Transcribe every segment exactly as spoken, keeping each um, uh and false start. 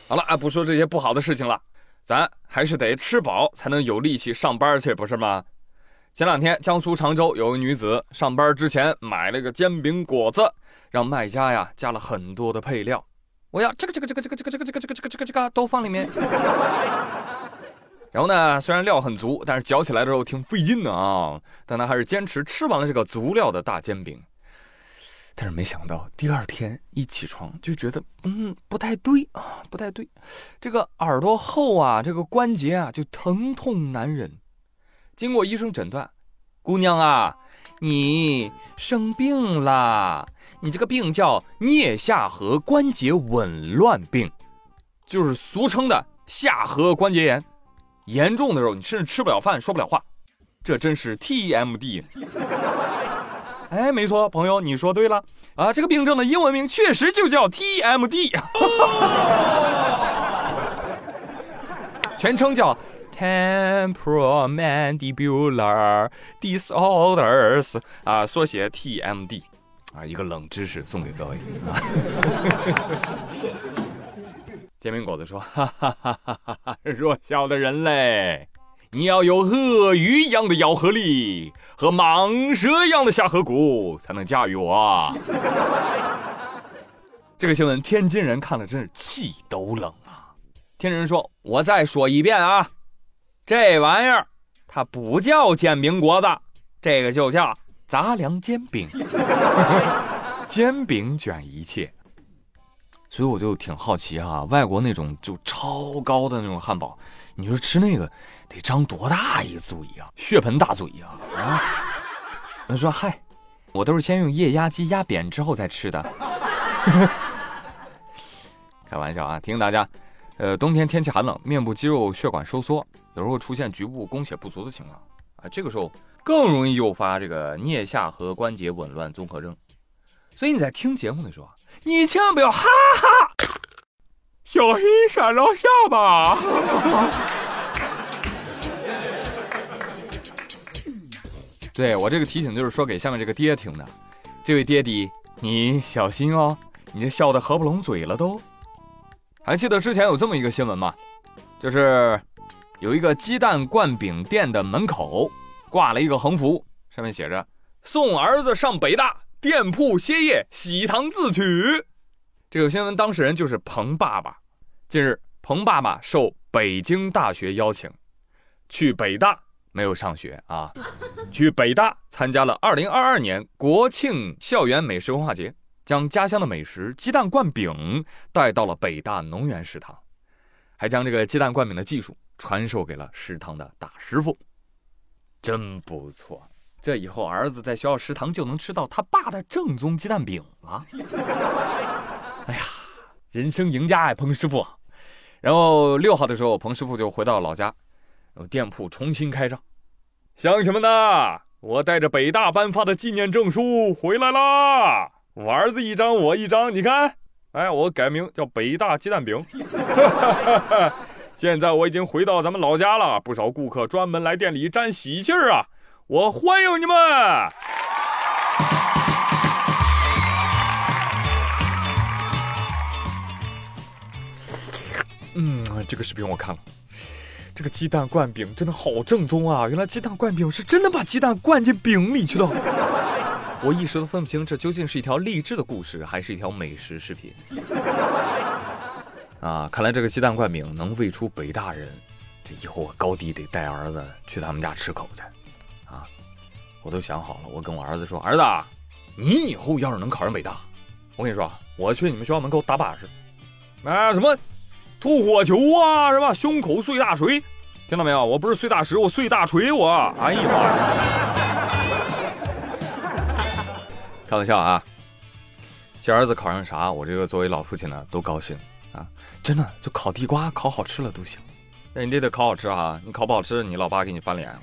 好了，不说这些不好的事情了，咱还是得吃饱才能有力气上班去，不是吗？前两天江苏常州有个女子上班之前买了个煎饼果子，让卖家呀加了很多的配料，我要这个这个这个这个这个这个这个这个这个这个这个都放里面。然后呢，虽然料很足，但是嚼起来的时候挺费劲的啊，但他还是坚持吃完了这个足料的大煎饼。但是没想到第二天一起床就觉得嗯不太对啊，不太对，这个耳朵后啊，这个关节啊就疼痛难忍。经过医生诊断，姑娘啊，你生病啦，你这个病叫颞下颌关节紊乱病，就是俗称的下颌关节炎。严重的时候你甚至吃不了饭说不了话，这真是 T M D。 哎，没错，朋友你说对了啊，这个病症的英文名确实就叫 T M D。 全称叫 Temporomandibular Disorders 啊，缩写 T M D 啊，一个冷知识送给各位啊。煎饼果子说：“哈哈哈哈哈哈，弱小的人类，你要有鳄鱼一样的咬合力和蟒蛇一样的下颌骨，才能驾驭我啊！”这个新闻，天津人看了真是气都冷啊！天津人说：“我再说一遍啊，这玩意儿它不叫煎饼果子，这个就叫杂粮煎饼。”煎饼卷一切。所以我就挺好奇啊，外国那种就超高的那种汉堡，你说吃那个得张多大一嘴啊，血盆大嘴啊！啊，我说嗨，我都是先用液压机压扁之后再吃的。开玩笑啊，提醒大家，呃，冬天天气寒冷，面部肌肉血管收缩，有时候会出现局部供血不足的情况啊，这个时候更容易诱发这个颞下颌关节紊乱综合征。所以你在听节目的时候，你千万不要哈哈，小心闪到下巴。对，我这个提醒就是说给下面这个爹听的，这位爹地你小心哦，你这笑得合不拢嘴了都。还记得之前有这么一个新闻吗？就是有一个鸡蛋灌饼店的门口挂了一个横幅，上面写着送儿子上北大，店铺歇业，喜糖自取。这个新闻当事人就是彭爸爸。近日，彭爸爸受北京大学邀请，去北大没有上学啊，去北大参加了二零二二年国庆校园美食文化节，将家乡的美食鸡蛋灌饼带到了北大农园食堂，还将这个鸡蛋灌饼的技术传授给了食堂的大师傅。真不错，这以后儿子在学校食堂就能吃到他爸的正宗鸡蛋饼了。哎呀，人生赢家呀，彭师傅。然后六号的时候，彭师傅就回到老家，然后店铺重新开张。乡亲们呐，我带着北大颁发的纪念证书回来啦！我儿子一张，我一张，你看，哎，我改名叫北大鸡蛋饼。现在我已经回到咱们老家了，不少顾客专门来店里沾喜气儿啊！我欢迎你们。嗯，这个视频我看了，这个鸡蛋灌饼真的好正宗啊！原来鸡蛋灌饼是真的把鸡蛋灌进饼里去了。我一时都分不清这究竟是一条励志的故事，还是一条美食视频。啊，看来这个鸡蛋灌饼能喂出北大人，这以后我高低得带儿子去他们家吃口去。啊，我都想好了，我跟我儿子说，儿子，你以后要是能考上北大，我跟你说，我去你们学校门口打把式，啊，什么吐火球啊，是吧？胸口碎大锤，听到没有？我不是碎大石，我碎大锤，我。哎呀妈呀！开玩笑啊！这儿子考上啥，我这个作为老父亲呢，都高兴啊！真的，就烤地瓜，烤好吃了都行。那你得得烤好吃啊！你烤不好吃，你老爸给你翻脸。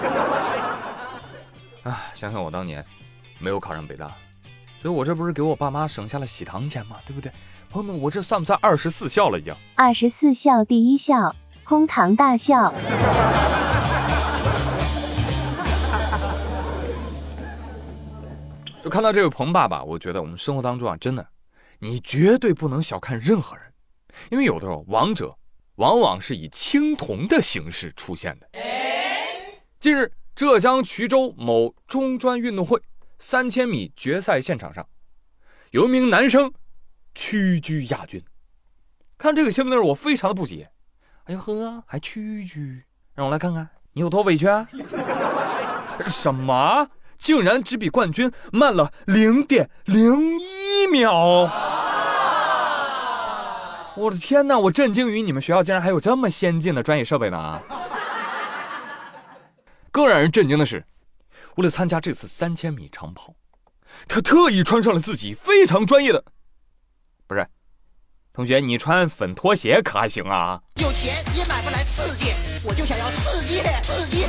啊，想想我当年没有考上北大，所以我这不是给我爸妈省下了喜糖钱吗？对不对？朋友们，我这算不算二十四孝了已经？ 二十四孝第一孝，哄堂大笑。 就看到这位彭爸爸，我觉得我们生活当中啊，真的，你绝对不能小看任何人， 因为有的时候王者往往是以青铜的形式出现的。近日，浙江衢州某中专运动会三千米决赛现场上，有一名男生屈居亚军。看这个新闻的时候，我非常的不解。哎呦呵，还屈居，让我来看看你有多委屈啊！什么？竟然只比冠军慢了零点零一秒！我的天哪！我震惊于你们学校竟然还有这么先进的专业设备呢！更让人震惊的是，为了参加这次三千米长跑，他特意穿上了自己非常专业的，不是，同学，你穿粉拖鞋可还行啊？ 有钱也买不来刺激，我就想要刺激，刺激。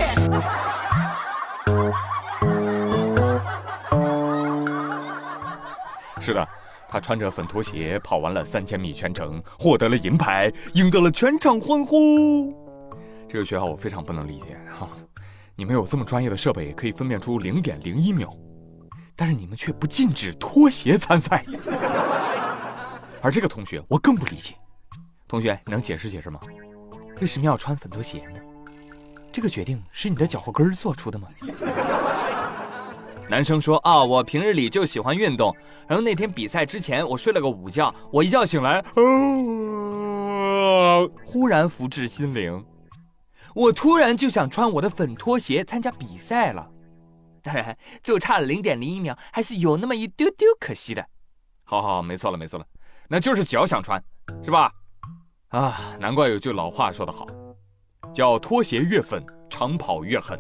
是的，他穿着粉拖鞋跑完了三千米全程，获得了银牌，赢得了全场欢呼。这个学校我非常不能理解哈、啊，你们有这么专业的设备，可以分辨出零点零一秒，但是你们却不禁止拖鞋参赛。而这个同学我更不理解，同学，你能解释解释吗？为什么要穿粉拖鞋呢？这个决定是你的脚后跟做出的吗？男生说啊，我平日里就喜欢运动，然后那天比赛之前我睡了个午觉，我一觉醒来，哦，忽然福至心灵，我突然就想穿我的粉拖鞋参加比赛了。当然，就差了零点零一秒，还是有那么一丢丢可惜的。好好好，没错了没错了，那就是脚想穿，是吧？啊，难怪有句老话说得好，叫拖鞋越粉，长跑越狠。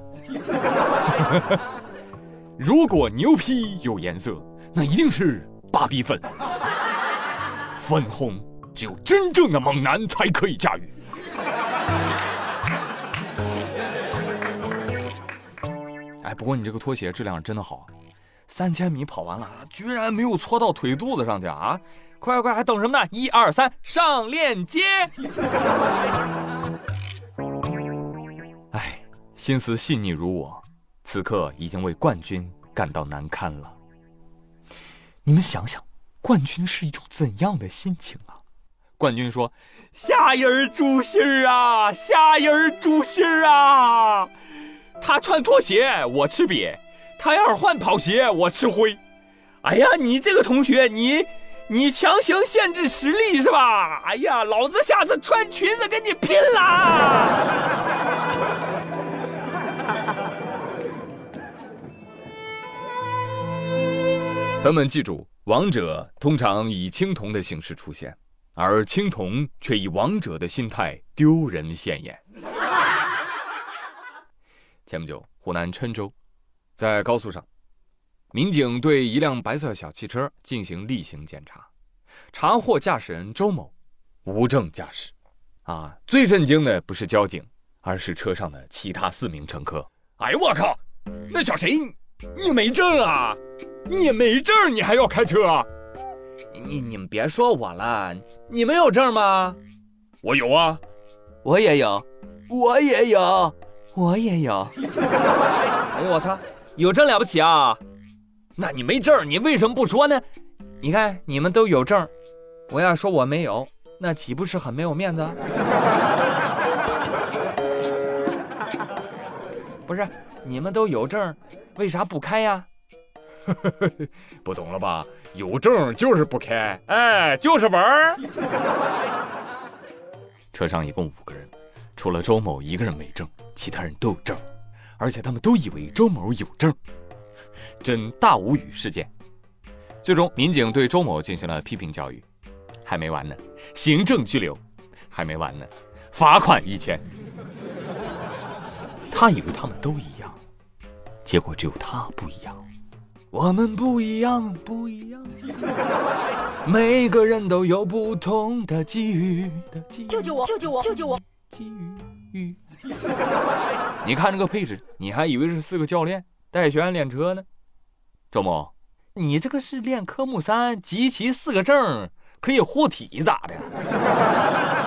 如果牛皮有颜色，那一定是芭比粉。粉红只有真正的猛男才可以驾驭。哎，不过你这个拖鞋质量真的好，三千米跑完了，居然没有搓到腿肚子上去啊！快快，还等什么呢？一二三，上链接！哎，心思细腻如我，此刻已经为冠军感到难堪了。你们想想，冠军是一种怎样的心情啊？冠军说：“下人诛心啊，下人诛心啊！他穿拖鞋，我吃瘪；他要是换跑鞋，我吃灰。哎呀，你这个同学，你你强行限制实力是吧？哎呀，老子下次穿裙子跟你拼啦！”朋友们记住，王者通常以青铜的形式出现，而青铜却以王者的心态丢人现眼。前不久，湖南郴州，在高速上，民警对一辆白色小汽车进行例行检查，查获驾驶人周某无证驾驶。啊，最震惊的不是交警，而是车上的其他四名乘客。哎呦我靠，那小谁，你没证啊？你没证你还要开车啊？你你们别说我了，你们有证吗？我有啊，我也有，我也有，我也有。哎呦我操，有证了不起啊？那你没证你为什么不说呢？你看你们都有证，我要说我没有，那岂不是很没有面子？不是，你们都有证，为啥不开呀？不懂了吧？有证就是不开，哎，就是玩。车上一共五个人，除了周某一个人没证，其他人都有证，而且他们都以为周某有证，真大无语事件。最终，民警对周某进行了批评教育，还没完呢，行政拘留，还没完呢，罚款一千。他以为他们都一样，结果只有他不一样。我们不一样，不一样，每个人都有不同的机遇的机遇。 救救我！救救我！救救我！ 机遇。你看这个配置，你还以为是四个教练带学员练车呢？周某，你这个是练科目三，集齐四个证，可以护体咋的？